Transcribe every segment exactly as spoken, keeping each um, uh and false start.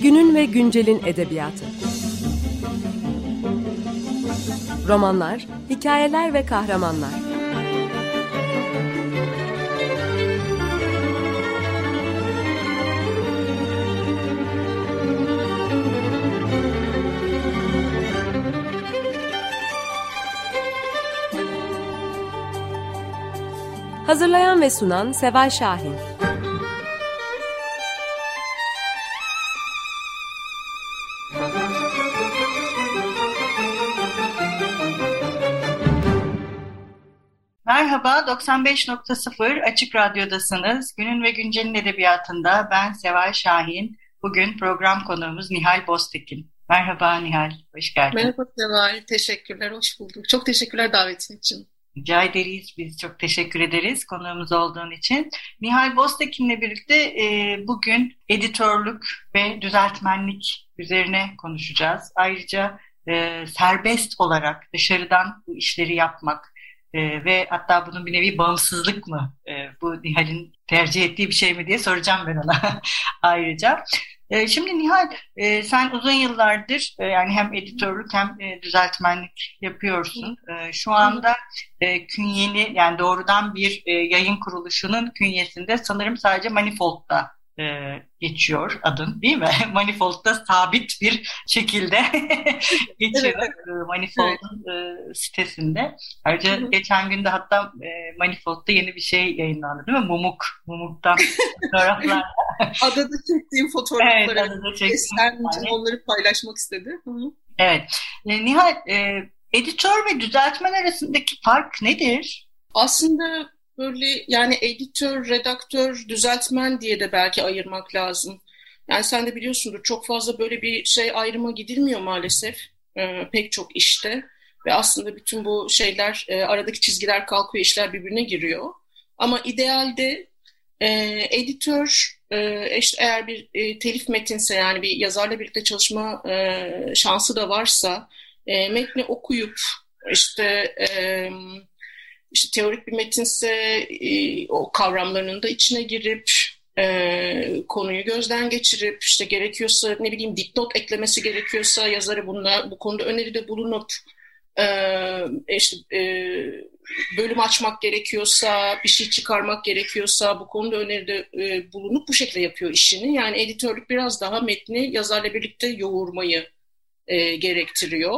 Günün ve güncelin edebiyatı. Romanlar, hikayeler ve kahramanlar. Hazırlayan ve sunan Seval Şahin. Merhaba, doksan beş nokta sıfır Açık Radyo'dasınız. Günün ve Güncel'in edebiyatında ben Seval Şahin. Bugün program konuğumuz Nihal Boztekin. Merhaba Nihal, hoş geldin. Merhaba Seval, teşekkürler, hoş bulduk. Çok teşekkürler davetin için. Rica ederiz, biz çok teşekkür ederiz konuğumuz olduğun için. Nihal Boztekin'le birlikte e, bugün editörlük ve düzeltmenlik üzerine konuşacağız. Ayrıca e, serbest olarak dışarıdan bu işleri yapmak, Ee, ve hatta bunun bir nevi bağımsızlık mı? Ee, bu Nihal'in tercih ettiği bir şey mi diye soracağım ben ona ayrıca. Ee, şimdi Nihal, e, sen uzun yıllardır e, yani hem editörlük hem e, düzeltmenlik yapıyorsun. E, şu anda e, künyeni yani doğrudan bir e, yayın kuruluşunun künyesinde sanırım sadece Manifold'da e, geçiyor adın, değil mi? Manifold'da sabit bir şekilde geçiyor. Evet. Manifold'un evet. e, sitesinde. Ayrıca Hı-hı. geçen günde hatta e, Manifold'da yeni bir şey yayınlandı, değil mi? Mumuk. Mumuk'tan fotoğraflar. Adada çektiğim fotoğrafları. Evet, adada çektiğim. Yani. Onları paylaşmak istedi. Hı-hı. Evet. E, Nihal, e, editör ve düzeltmen arasındaki fark nedir? Aslında böyle yani editör, redaktör, düzeltmen diye de belki ayırmak lazım. Yani sen de biliyorsundur çok fazla böyle bir şey ayrıma gidilmiyor maalesef e, pek çok işte. Ve aslında bütün bu şeyler e, aradaki çizgiler kalkıyor, işler birbirine giriyor. Ama idealde e, editör e, işte eğer bir e, telif metinse yani bir yazarla birlikte çalışma e, şansı da varsa e, metni okuyup işte... E, İşte teorik bir metinse e, o kavramlarının da içine girip e, konuyu gözden geçirip işte gerekiyorsa ne bileyim dipnot eklemesi gerekiyorsa yazarı bununla, bu konuda öneride bulunup e, işte e, bölüm açmak gerekiyorsa bir şey çıkarmak gerekiyorsa bu konuda öneride e, bulunup bu şekilde yapıyor işini. Yani editörlük biraz daha metni yazarla birlikte yoğurmayı e, gerektiriyor.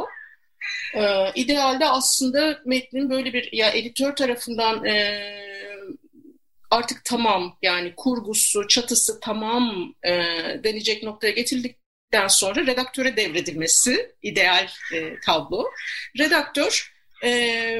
Ee, idealde aslında metnin böyle bir ya editör tarafından e, artık tamam yani kurgusu, çatısı tamam e, denecek noktaya getirildikten sonra redaktöre devredilmesi ideal e, tablo. Redaktör e,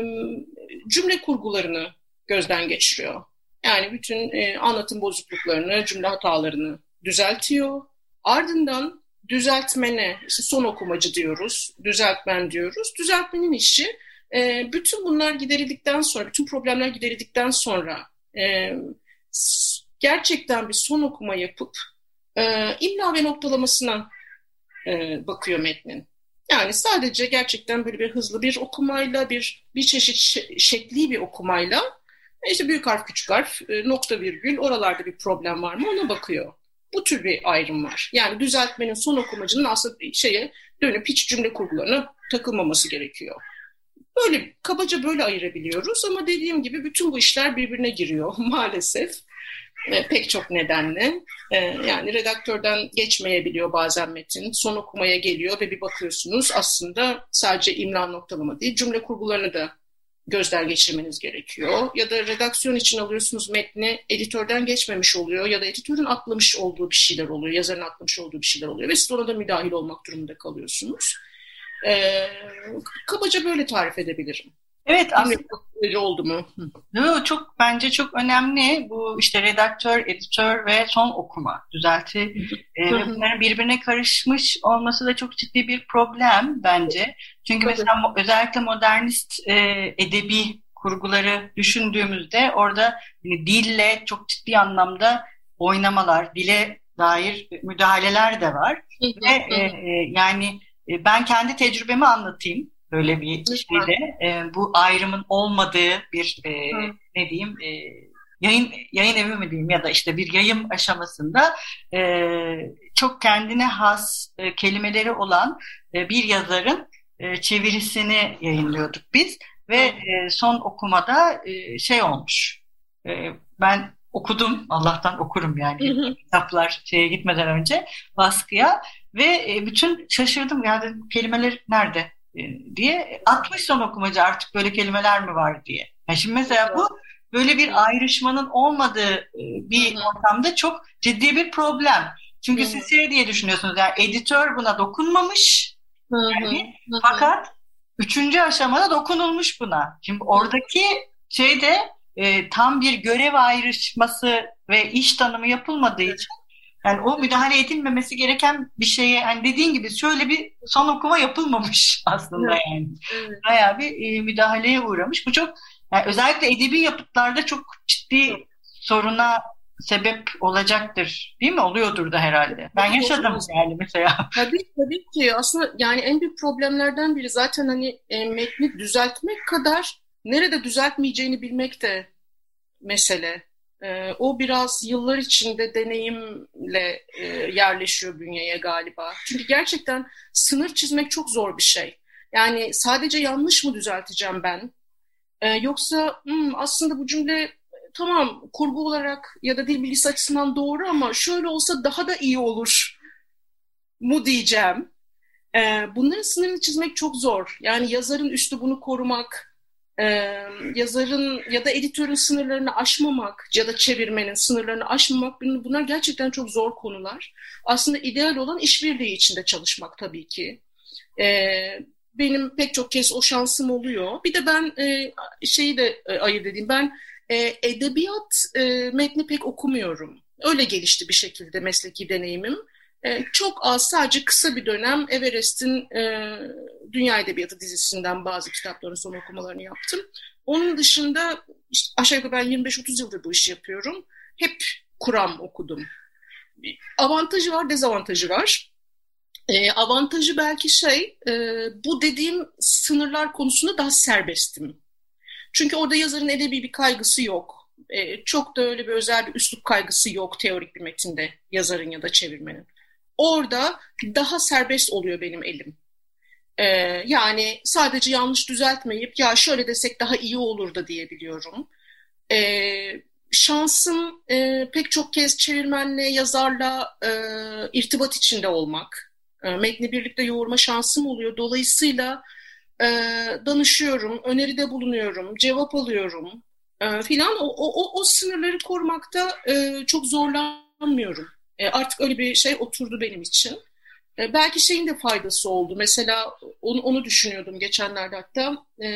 cümle kurgularını gözden geçiriyor. Yani bütün e, anlatım bozukluklarını, cümle hatalarını düzeltiyor. Ardından düzeltmene, işte son okumacı diyoruz, düzeltmen diyoruz. Düzeltmenin işi e, bütün bunlar giderildikten sonra, bütün problemler giderildikten sonra e, gerçekten bir son okuma yapıp e, imla ve noktalamasına e, bakıyor metnin. Yani sadece gerçekten böyle bir hızlı bir okumayla, bir bir çeşit ş- şekli bir okumayla, işte büyük harf, küçük harf, e, nokta virgül, oralarda bir problem var mı ona bakıyor. Bu tür bir ayrım var. Yani düzeltmenin son okumacının aslında şeye dönüp hiç cümle kurgularına takılmaması gerekiyor. Böyle kabaca böyle ayırabiliyoruz ama dediğim gibi bütün bu işler birbirine giriyor maalesef. E, pek çok nedenle. E, yani redaktörden geçmeyebiliyor bazen metin. Son okumaya geliyor ve bir bakıyorsunuz aslında sadece imla noktalama değil cümle kurgularını da gözden geçirmeniz gerekiyor. Ya da redaksiyon için alıyorsunuz metni, editörden geçmemiş oluyor ya da editörün atlamış olduğu bir şeyler oluyor, yazarın atlamış olduğu bir şeyler oluyor ve siz ona da müdahil olmak durumunda kalıyorsunuz. Ee, kabaca böyle tarif edebilirim. Evet, aslında öyle oldu mu? Hı. Çok bence çok önemli bu işte redaktör, editör ve son okuma düzelti e, ve bunların birbirine karışmış olması da çok ciddi bir problem bence. Çünkü Tabii. mesela özellikle modernist e, edebi kurguları düşündüğümüzde orada yani dille çok ciddi anlamda oynamalar, dile dair müdahaleler de var. ve e, e, yani e, ben kendi tecrübemi anlatayım. Böyle bir şeyde e, bu ayrımın olmadığı bir e, ne diyeyim e, yayın yayın evi mi diyeyim ya da işte bir yayın aşamasında e, çok kendine has e, kelimeleri olan e, bir yazarın e, çevirisini yayınlıyorduk biz ve e, son okumada e, şey olmuş. E, ben okudum, Allah'tan okurum yani Hı hı. kitaplar şeye gitmeden önce baskıya ve e, bütün şaşırdım yani kelimeler nerede e, diye atmış son okumacı artık böyle kelimeler mi var diye. Yani şimdi mesela bu böyle bir ayrışmanın olmadığı e, bir Hı hı. ortamda çok ciddi bir problem. Çünkü Hı hı. siz şey diye düşünüyorsunuz yani editör buna dokunmamış Hı hı. yani, Hı hı. fakat üçüncü aşamada dokunulmuş buna. Şimdi oradaki şeyde e, tam bir görev ayrışması ve iş tanımı yapılmadığı için yani o müdahale edilmemesi gereken bir şeye hani dediğin gibi şöyle bir son okuma yapılmamış aslında Evet. yani. Evet. Bayağı bir e, müdahaleye uğramış. Bu çok yani özellikle edebi yapıtlarda çok ciddi Çok. soruna sebep olacaktır. Değil mi? Oluyordur da herhalde. Ben yaşadım Olmaz. yani mesela. Tabii tabii ki aslında yani en büyük problemlerden biri zaten hani e, metni düzeltmek kadar nerede düzeltmeyeceğini bilmek de mesele. E, o biraz yıllar içinde deneyimle e, yerleşiyor bünyeye galiba. Çünkü gerçekten sınır çizmek çok zor bir şey. Yani sadece yanlış mı düzelteceğim ben? E, yoksa "Hmm, aslında bu cümle e, tamam kurgu olarak ya da dil bilgisi açısından doğru ama şöyle olsa daha da iyi olur mu diyeceğim. Ee, bunların sınırını çizmek çok zor. Yani yazarın üslubunu korumak, e, yazarın ya da editörün sınırlarını aşmamak ya da çevirmenin sınırlarını aşmamak bunlar gerçekten çok zor konular. Aslında ideal olan işbirliği içinde çalışmak tabii ki. Ee, benim pek çok kez o şansım oluyor. Bir de ben e, şeyi de e, ayırt edeyim. Ben e, edebiyat e, metni pek okumuyorum. Öyle gelişti bir şekilde mesleki deneyimim. E, çok az, sadece kısa bir dönem Everest'in e, Dünya Edebiyatı dizisinden bazı kitapların son okumalarını yaptım. Onun dışında işte aşağı yukarı ben yirmi beş otuz yıldır bu işi yapıyorum. Hep kuram okudum. Avantajı var, dezavantajı var. E, avantajı belki şey, e, bu dediğim sınırlar konusunda daha serbestim. Çünkü orada yazarın edebi bir kaygısı yok. E, çok da öyle bir özel bir üslup kaygısı yok teorik bir metinde yazarın ya da çevirmenin. Orada daha serbest oluyor benim elim. Ee, yani sadece yanlış düzeltmeyip ya şöyle desek daha iyi olur da diyebiliyorum. Ee, şansım e, pek çok kez çevirmenle, yazarla e, irtibat içinde olmak. E, metni birlikte yoğurma şansım oluyor. Dolayısıyla e, danışıyorum, öneride bulunuyorum, cevap alıyorum e, filan. O, o, o sınırları korumakta e, çok zorlanmıyorum. E, artık öyle bir şey oturdu benim için. E, belki şeyin de faydası oldu. Mesela onu, onu düşünüyordum geçenlerde hatta. E,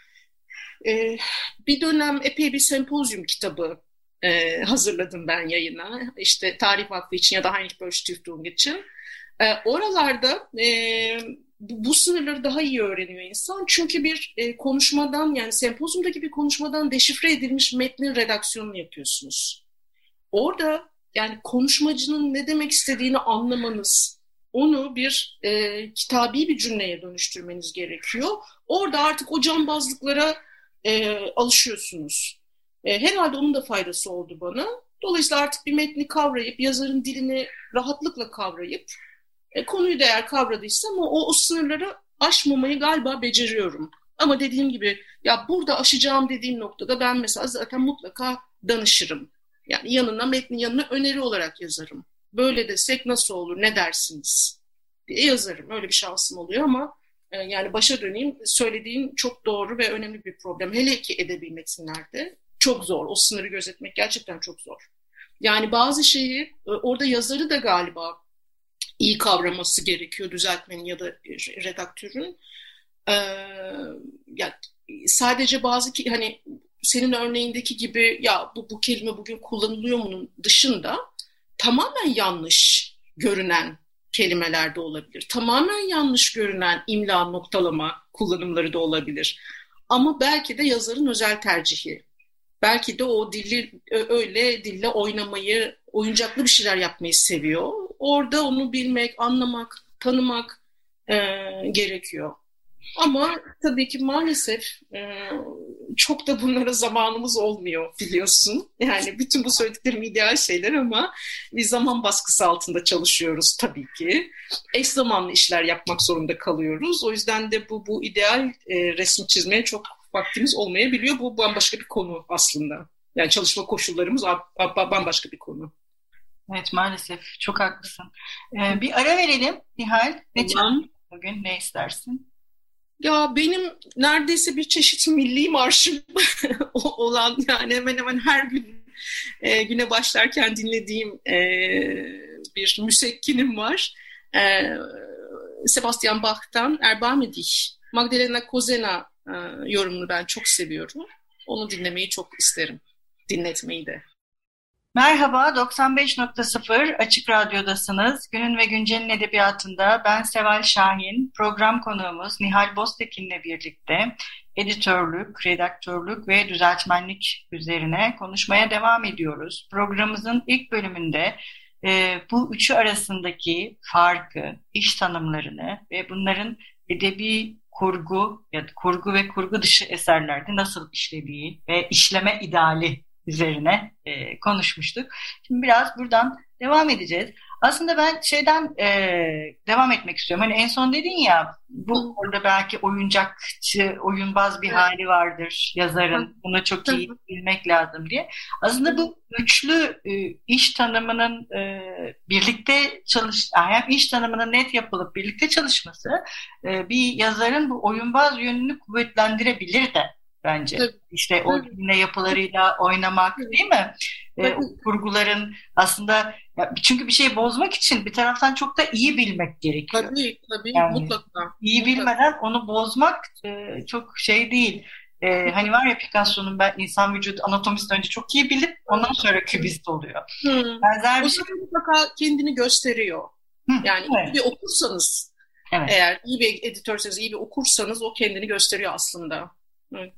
e, bir dönem epey bir sempozyum kitabı e, hazırladım ben yayına. İşte Tarih Vakfı için ya da Heinrich Böll Stiftung için. E, oralarda e, bu, bu sınırları daha iyi öğreniyor insan. Çünkü bir e, konuşmadan yani sempozyumdaki bir konuşmadan deşifre edilmiş metnin redaksiyonunu yapıyorsunuz. Orada yani konuşmacının ne demek istediğini anlamanız, onu bir e, kitabi bir cümleye dönüştürmeniz gerekiyor. Orada artık o cambazlıklara e, alışıyorsunuz. E, herhalde onun da faydası oldu bana. Dolayısıyla artık bir metni kavrayıp, yazarın dilini rahatlıkla kavrayıp, e, konuyu da eğer kavradıysam o, o sınırları aşmamayı galiba beceriyorum. Ama dediğim gibi ya burada aşacağım dediğim noktada ben mesela zaten mutlaka danışırım. Yani yanına, metnin yanına öneri olarak yazarım. Böyle desek nasıl olur, ne dersiniz diye yazarım. Öyle bir şansım oluyor ama e, yani başa döneyim, söylediğin çok doğru ve önemli bir problem. Hele ki edebi metinlerde çok zor. O sınırı gözetmek gerçekten çok zor. Yani bazı şeyi e, orada yazarı da galiba iyi kavraması gerekiyor, düzeltmenin ya da redaktörün. Ee, ya sadece bazı ki hani senin örneğindeki gibi ya bu, bu kelime bugün kullanılıyor mu'nun dışında tamamen yanlış görünen kelimeler de olabilir. Tamamen yanlış görünen imla, noktalama kullanımları da olabilir. Ama belki de yazarın özel tercihi. Belki de o dili öyle dille oynamayı, oyuncaklı bir şeyler yapmayı seviyor. Orada onu bilmek, anlamak, tanımak e, gerekiyor. Ama tabii ki maalesef e, çok da bunlara zamanımız olmuyor biliyorsun. Yani bütün bu söylediklerim ideal şeyler ama biz zaman baskısı altında çalışıyoruz tabii ki. Eş zamanlı işler yapmak zorunda kalıyoruz. O yüzden de bu bu ideal e, resim çizmeye çok vaktimiz olmayabiliyor. Bu bambaşka bir konu aslında. Yani çalışma koşullarımız bambaşka bir konu. Evet, maalesef çok haklısın. Ee, bir ara verelim Nihal. Ne çalışıyorsun bugün? Ne istersin? Ya benim neredeyse bir çeşit milli marşım olan, yani hemen hemen her gün e, güne başlarken dinlediğim e, bir müsekkinim var. E, Sebastian Bach'tan Erbarme dich. Magdalena Kozena e, yorumunu ben çok seviyorum. Onu dinlemeyi çok isterim. Dinletmeyi de. Merhaba, doksan beş nokta sıfır Açık Radyo'dasınız. Günün ve Güncel'in edebiyatında ben Seval Şahin, program konuğumuz Nihal Boztekin'le birlikte editörlük, redaktörlük ve düzeltmenlik üzerine konuşmaya devam ediyoruz. Programımızın ilk bölümünde e, bu üçü arasındaki farkı, iş tanımlarını ve bunların edebi kurgu ya da kurgu ve kurgu dışı eserlerde nasıl işlediği ve işleme ideali üzerine e, konuşmuştuk. Şimdi biraz buradan devam edeceğiz. Aslında ben şeyden e, devam etmek istiyorum. Hani en son dedin ya, bu orada belki oyuncakçı, oyunbaz bir hali vardır yazarın. Bunu çok iyi bilmek lazım diye. Aslında bu üçlü e, iş tanımının e, birlikte çalış, hem iş tanımının net yapılıp birlikte çalışması e, bir yazarın bu oyunbaz yönünü kuvvetlendirebilir de. Bence. Tabii. İşte o cümle yapılarıyla oynamak, değil mi? Ee, o kurguların aslında, ya, çünkü bir şeyi bozmak için bir taraftan çok da iyi bilmek gerekiyor. Tabii, tabii. Yani, mutlaka. İyi mutlaka. Bilmeden onu bozmak e, çok şey değil. E, hani var ya Picasso'nun ben insan vücudu anatomist önce çok iyi bilip ondan sonra kübist oluyor. Hmm. Benzer bir şey. Mutlaka kendini gösteriyor. Hı, yani evet. iyi bir okursanız, evet. Eğer iyi bir editörseniz, iyi bir okursanız o kendini gösteriyor aslında. Evet.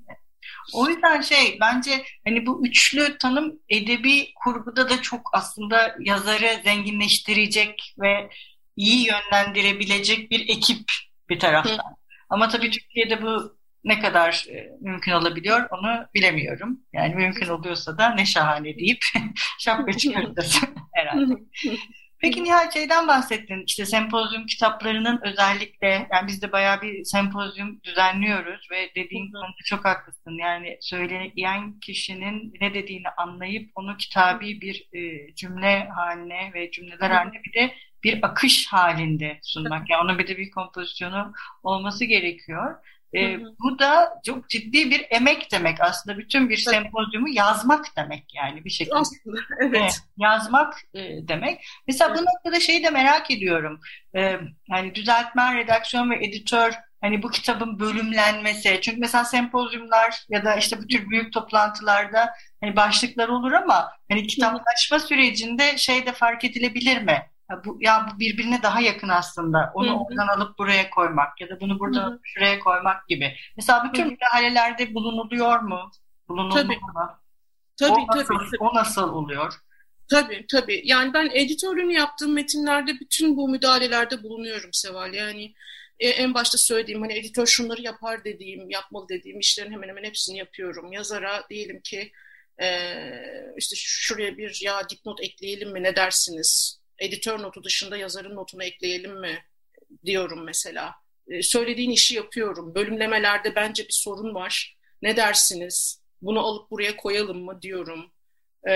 O yüzden şey bence hani bu üçlü tanım edebi kurguda da çok aslında yazarı zenginleştirecek ve iyi yönlendirebilecek bir ekip bir taraftan. Hı. Ama tabii Türkiye'de bu ne kadar e, mümkün olabiliyor onu bilemiyorum. Yani mümkün oluyorsa da ne şahane deyip şapka çıkarırız herhalde. Peki Nihal, şeyden bahsettin, işte sempozyum kitaplarının özellikle, yani biz de bayağı bir sempozyum düzenliyoruz ve dediğin konuda çok haklısın. Yani söyleyen kişinin ne dediğini anlayıp onu kitabi bir e, cümle haline ve cümleler haline bir de bir akış halinde sunmak. Yani onun bir de bir kompozisyonu olması gerekiyor. E, bu da çok ciddi bir emek demek aslında, bütün bir sempozyumu yazmak demek yani bir şekilde. Aslında, evet. E, yazmak e, demek. Mesela evet. Bu noktada şeyi de merak ediyorum. E, yani düzeltmen, redaksiyon ve editör, hani bu kitabın bölümlenmesi. Çünkü mesela sempozyumlar ya da işte bu tür büyük toplantılarda hani başlıklar olur ama hani kitaplaşma sürecinde şey de fark edilebilir mi? Ya bu, ya bu birbirine daha yakın aslında. Onu Hı-hı. oradan alıp buraya koymak ya da bunu buradan Hı-hı. alıp şuraya koymak gibi. Mesela bütün müdahalelerde bulunuluyor mu? Bulunulmalı tabii. mı? Tabii, o, nasıl, tabii, tabii. o nasıl oluyor? Tabii tabii. Yani ben editörlüğünü yaptığım metinlerde bütün bu müdahalelerde bulunuyorum Seval. Yani e, en başta söylediğim, hani editör şunları yapar dediğim, yapmalı dediğim işlerin hemen hemen hepsini yapıyorum. Yazara diyelim ki e, işte şuraya bir ya dipnot ekleyelim mi, ne dersiniz? Editör notu dışında yazarın notunu ekleyelim mi diyorum mesela. E, söylediğin işi yapıyorum. Bölümlemelerde bence bir sorun var. Ne dersiniz? Bunu alıp buraya koyalım mı diyorum. E,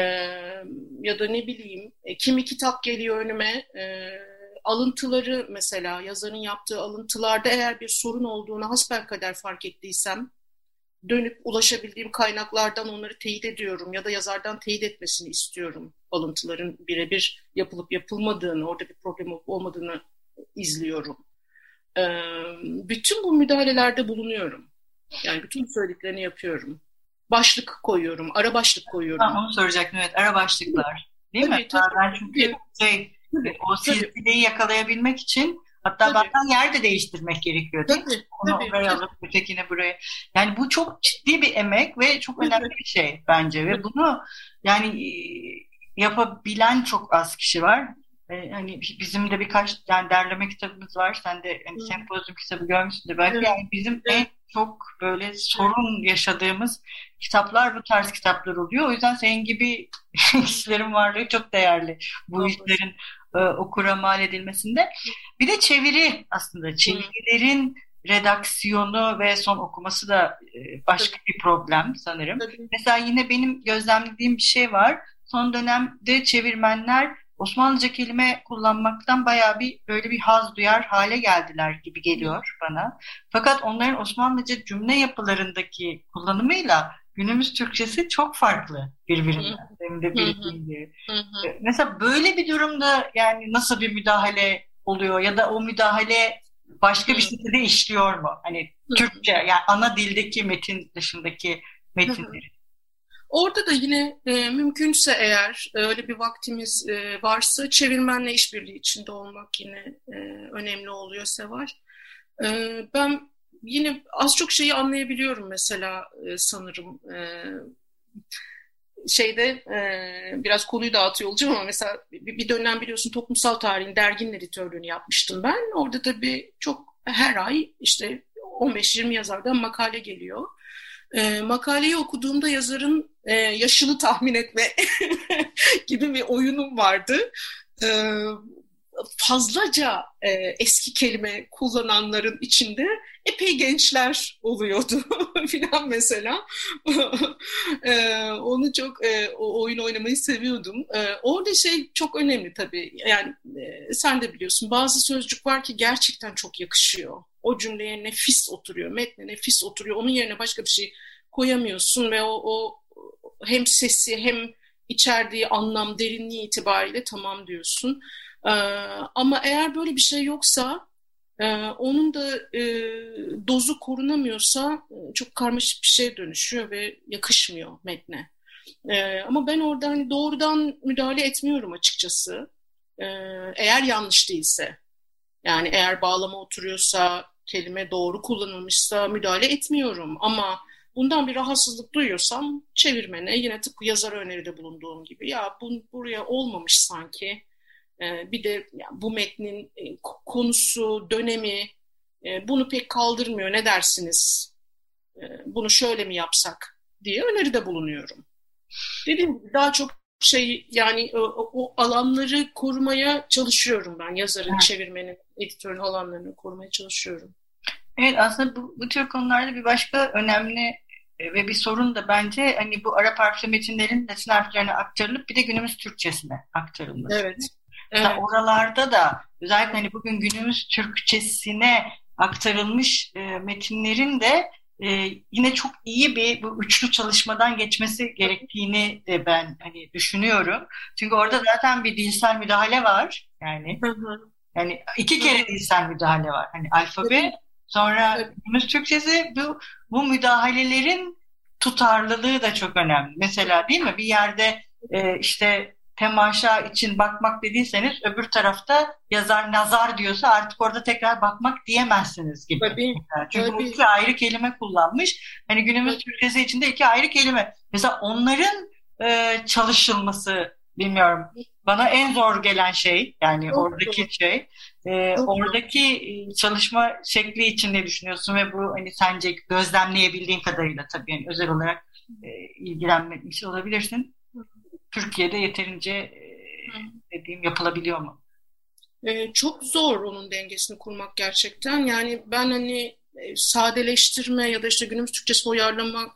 ya da ne bileyim, e, kimi kitap geliyor önüme. E, alıntıları mesela, yazarın yaptığı alıntılarda eğer bir sorun olduğunu hasbelkader fark ettiysem dönüp ulaşabildiğim kaynaklardan onları teyit ediyorum ya da yazardan teyit etmesini istiyorum. Alıntıların birebir yapılıp yapılmadığını, orada bir problem olup olmadığını izliyorum. Ee, bütün bu müdahalelerde bulunuyorum. Yani bütün söylediklerini yapıyorum. Başlık koyuyorum, ara başlık koyuyorum. Ha, onu soracaktım, evet, ara başlıklar. Değil tabii, mi? Tabii, ben çünkü tabii. şey, tabii, o silsileyi yakalayabilmek için hatta tabii. bazen yer de değiştirmek gerekiyor değil tabii, mi? Onu tabii, oraya tabii. alıp ötekine buraya. Yani bu çok ciddi bir emek ve çok önemli bir şey bence. Ve bunu yani yapabilen çok az kişi var. E, hani bizim de birkaç yani derleme kitabımız var. Sen de hani Hı. sempozyum kitabı görmüşsündür belki. Evet. Yani bizim en Evet. çok böyle sorun yaşadığımız kitaplar bu tarz kitaplar oluyor. O yüzden senin gibi kişilerin varlığı çok değerli bu işlerin e, okura mal edilmesinde. Bir de çeviri aslında. Çevirilerin redaksiyonu ve son okuması da e, başka bir problem sanırım. Tabii. Mesela yine benim gözlemlediğim bir şey var. Son dönemde çevirmenler Osmanlıca kelime kullanmaktan bayağı bir böyle bir haz duyar hale geldiler gibi geliyor bana. Fakat onların Osmanlıca cümle yapılarındaki kullanımıyla günümüz Türkçesi çok farklı birbirinden. Benim de bildiğim gibi. Mesela böyle bir durumda yani nasıl bir müdahale oluyor ya da o müdahale başka bir şekilde işliyor mu? Hani Türkçe yani ana dildeki metin dışındaki metinleri. Orada da yine e, mümkünse eğer öyle bir vaktimiz e, varsa çevirmenle işbirliği içinde olmak yine e, önemli oluyor Seval. E, ben yine az çok şeyi anlayabiliyorum mesela e, sanırım. E, şeyde e, biraz konuyu dağıtıyor olacağım ama mesela bir, bir dönem biliyorsun toplumsal tarihin derginin editörlüğünü yapmıştım ben. Orada tabii çok her ay işte on beş yirmi yazardan makale geliyor. E, makaleyi okuduğumda yazarın e, yaşını tahmin etme gibi bir oyunum vardı. E, fazlaca e, eski kelime kullananların içinde epey gençler oluyordu filan mesela. e, onu çok e, o oyun oynamayı seviyordum. E, orada şey çok önemli tabii. Yani e, sen de biliyorsun bazı sözcük var ki gerçekten çok yakışıyor. O cümleye nefis oturuyor, metne nefis oturuyor. Onun yerine başka bir şey koyamıyorsun ve o, o hem sesi hem içerdiği anlam, derinliği itibariyle tamam diyorsun. Ee, ama eğer böyle bir şey yoksa, e, onun da e, dozu korunamıyorsa e, çok karmaşık bir şeye dönüşüyor ve yakışmıyor metne. E, ama ben orada hani doğrudan müdahale etmiyorum açıkçası. E, eğer yanlış değilse. Yani eğer bağlama oturuyorsa, kelime doğru kullanılmışsa müdahale etmiyorum. Ama bundan bir rahatsızlık duyuyorsam çevirmene yine tıpkı yazara öneride bulunduğum gibi ya bu buraya olmamış sanki. Ee, bir de yani bu metnin e, konusu, dönemi e, bunu pek kaldırmıyor. Ne dersiniz? E, bunu şöyle mi yapsak diye öneride bulunuyorum. Dediğim gibi daha çok şey yani o, o alanları korumaya çalışıyorum ben. Yazarın, evet. Çevirmenin, editörün alanlarını korumaya çalışıyorum. Evet aslında bu, bu tür konularda bir başka önemli ve bir sorun da bence hani bu Arap harfli metinlerin Latin harflerine aktarılıp bir de günümüz Türkçesine aktarılması. Evet. Evet. Oralarda da özellikle hani bugün günümüz Türkçesine aktarılmış e, metinlerin de e, yine çok iyi bir bu üçlü çalışmadan geçmesi gerektiğini de ben hani düşünüyorum. Çünkü orada zaten bir dilsel müdahale var. Yani hı hı. yani iki kere hı hı. dilsel müdahale var. Hani alfabe evet. Sonra evet. günümüz Türkçesi bu bu müdahalelerin tutarlılığı da çok önemli. Mesela değil mi? Bir yerde e, işte temaşa için bakmak dediyseniz öbür tarafta yazar nazar diyorsa artık orada tekrar bakmak diyemezsiniz gibi. Tabii, Çünkü tabii. bu iki ayrı kelime kullanmış. Hani günümüz evet. Türkçesi içinde iki ayrı kelime. Mesela onların e, çalışılması bilmiyorum. Bana en zor gelen şey yani çok oradaki zor. şey. E, oradaki çalışma şekli için ne düşünüyorsun ve bu hani sence gözlemleyebildiğin kadarıyla tabii yani özel olarak e, ilgilenmiş olabilirsin. Türkiye'de yeterince e, dediğim yapılabiliyor mu? Ee, çok zor onun dengesini kurmak gerçekten. Yani ben hani e, sadeleştirme ya da işte günümüz Türkçesi uyarlama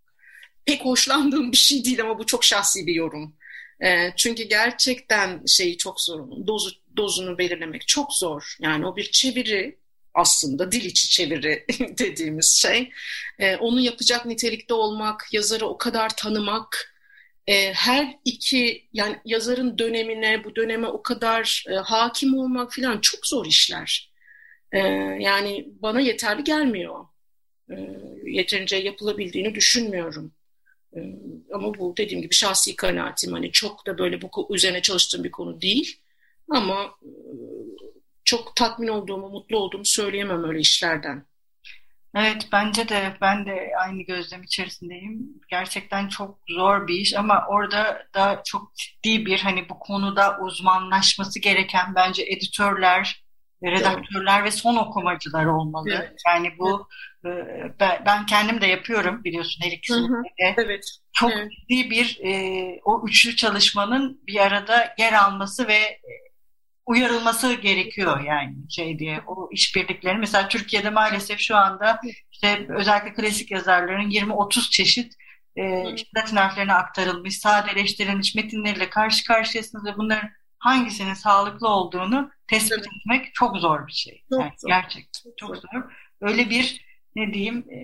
pek hoşlandığım bir şey değil ama bu çok şahsi bir yorum. E, çünkü gerçekten şeyi çok zor, dozu, dozunu belirlemek çok zor. Yani o bir çeviri aslında dil içi çeviri dediğimiz şey. E, onu yapacak nitelikte olmak, yazarı o kadar tanımak, E, her iki yani yazarın dönemine, bu döneme o kadar e, hakim olmak falan çok zor işler. E, yani bana yeterli gelmiyor. E, yeterince yapılabildiğini düşünmüyorum. E, ama bu dediğim gibi şahsi kanaatim. Hani çok da böyle bu üzerine çalıştığım bir konu değil. Ama e, çok tatmin olduğumu, mutlu olduğumu söyleyemem öyle işlerden. Evet, bence de ben de aynı gözlem içerisindeyim. Gerçekten çok zor bir iş ama orada da çok ciddi bir hani bu konuda uzmanlaşması gereken bence editörler, Doğru. redaktörler ve son okumacılar olmalı. Evet. Yani Evet. bu e, ben ben kendim de yapıyorum biliyorsun her Hı ikisini hı. de. Evet. Çok Evet. ciddi bir e, o üçlü çalışmanın bir arada yer alması ve uyarılması gerekiyor yani şey diye o işbirlikleri. Mesela Türkiye'de maalesef şu anda işte özellikle klasik yazarların yirmi otuz çeşit e, Hı. işte Latin harflerine aktarılmış, sadeleştirilmiş metinleriyle karşı karşıyasınız ve bunların hangisinin sağlıklı olduğunu tespit Evet. etmek çok zor bir şey. Çok Yani zor. gerçekten Çok çok zor. zor. Öyle bir ne diyeyim e,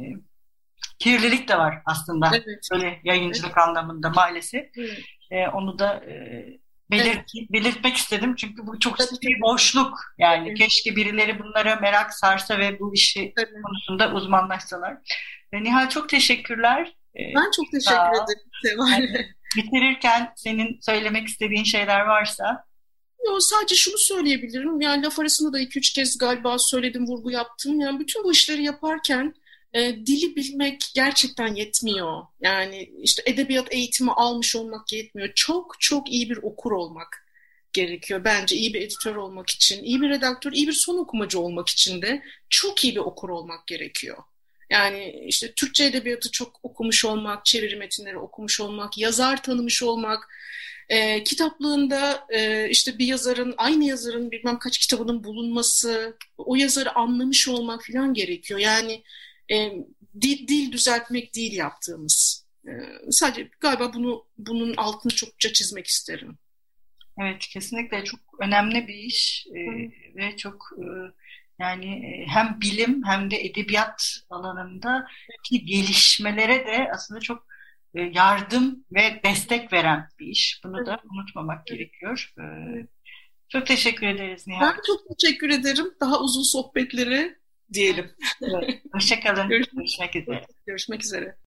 kirlilik de var aslında. Evet. Böyle Evet. yayıncılık anlamında maalesef. Evet. E, onu da e, belirt, Evet. belirtmek istedim çünkü bu çok Tabii ciddi bir tabii. boşluk. Yani Tabii. keşke birileri bunlara merak sarsa ve bu işi Tabii. konusunda uzmanlaşsalar. E, Nihal çok teşekkürler. E, Ben çok sağ teşekkür ol. ederim Seval. Yani bitirirken senin söylemek istediğin şeyler varsa. Yo, sadece şunu söyleyebilirim. Yani laf arasında da iki üç kez galiba söyledim, vurgu yaptım. Yani bütün bu işleri yaparken e, dili bilmek gerçekten yetmiyor. Yani işte edebiyat eğitimi almış olmak yetmiyor. Çok çok iyi bir okur olmak gerekiyor. Bence iyi bir editör olmak için, iyi bir redaktör, iyi bir son okumacı olmak için de çok iyi bir okur olmak gerekiyor. Yani işte Türkçe edebiyatı çok okumuş olmak, çeviri metinleri okumuş olmak, yazar tanımış olmak, e, kitaplığında e, işte bir yazarın, aynı yazarın bilmem kaç kitabının bulunması, o yazarı anlamış olmak falan gerekiyor. Yani e, dil, dil düzeltmek değil yaptığımız. E, sadece galiba bunu bunun altını çokça çizmek isterim. Evet, kesinlikle çok önemli bir iş e, Hı. ve çok e, yani e, hem bilim hem de edebiyat alanında ki gelişmelere de aslında çok e, yardım ve destek veren bir iş. Bunu Evet, da unutmamak evet, gerekiyor. E, evet. çok teşekkür ederiz Ben Nihal. çok teşekkür ederim. Daha uzun sohbetleri diyelim. Evet, hoşça kalın. Görüşmek, Görüşmek üzere. görüşmek üzere.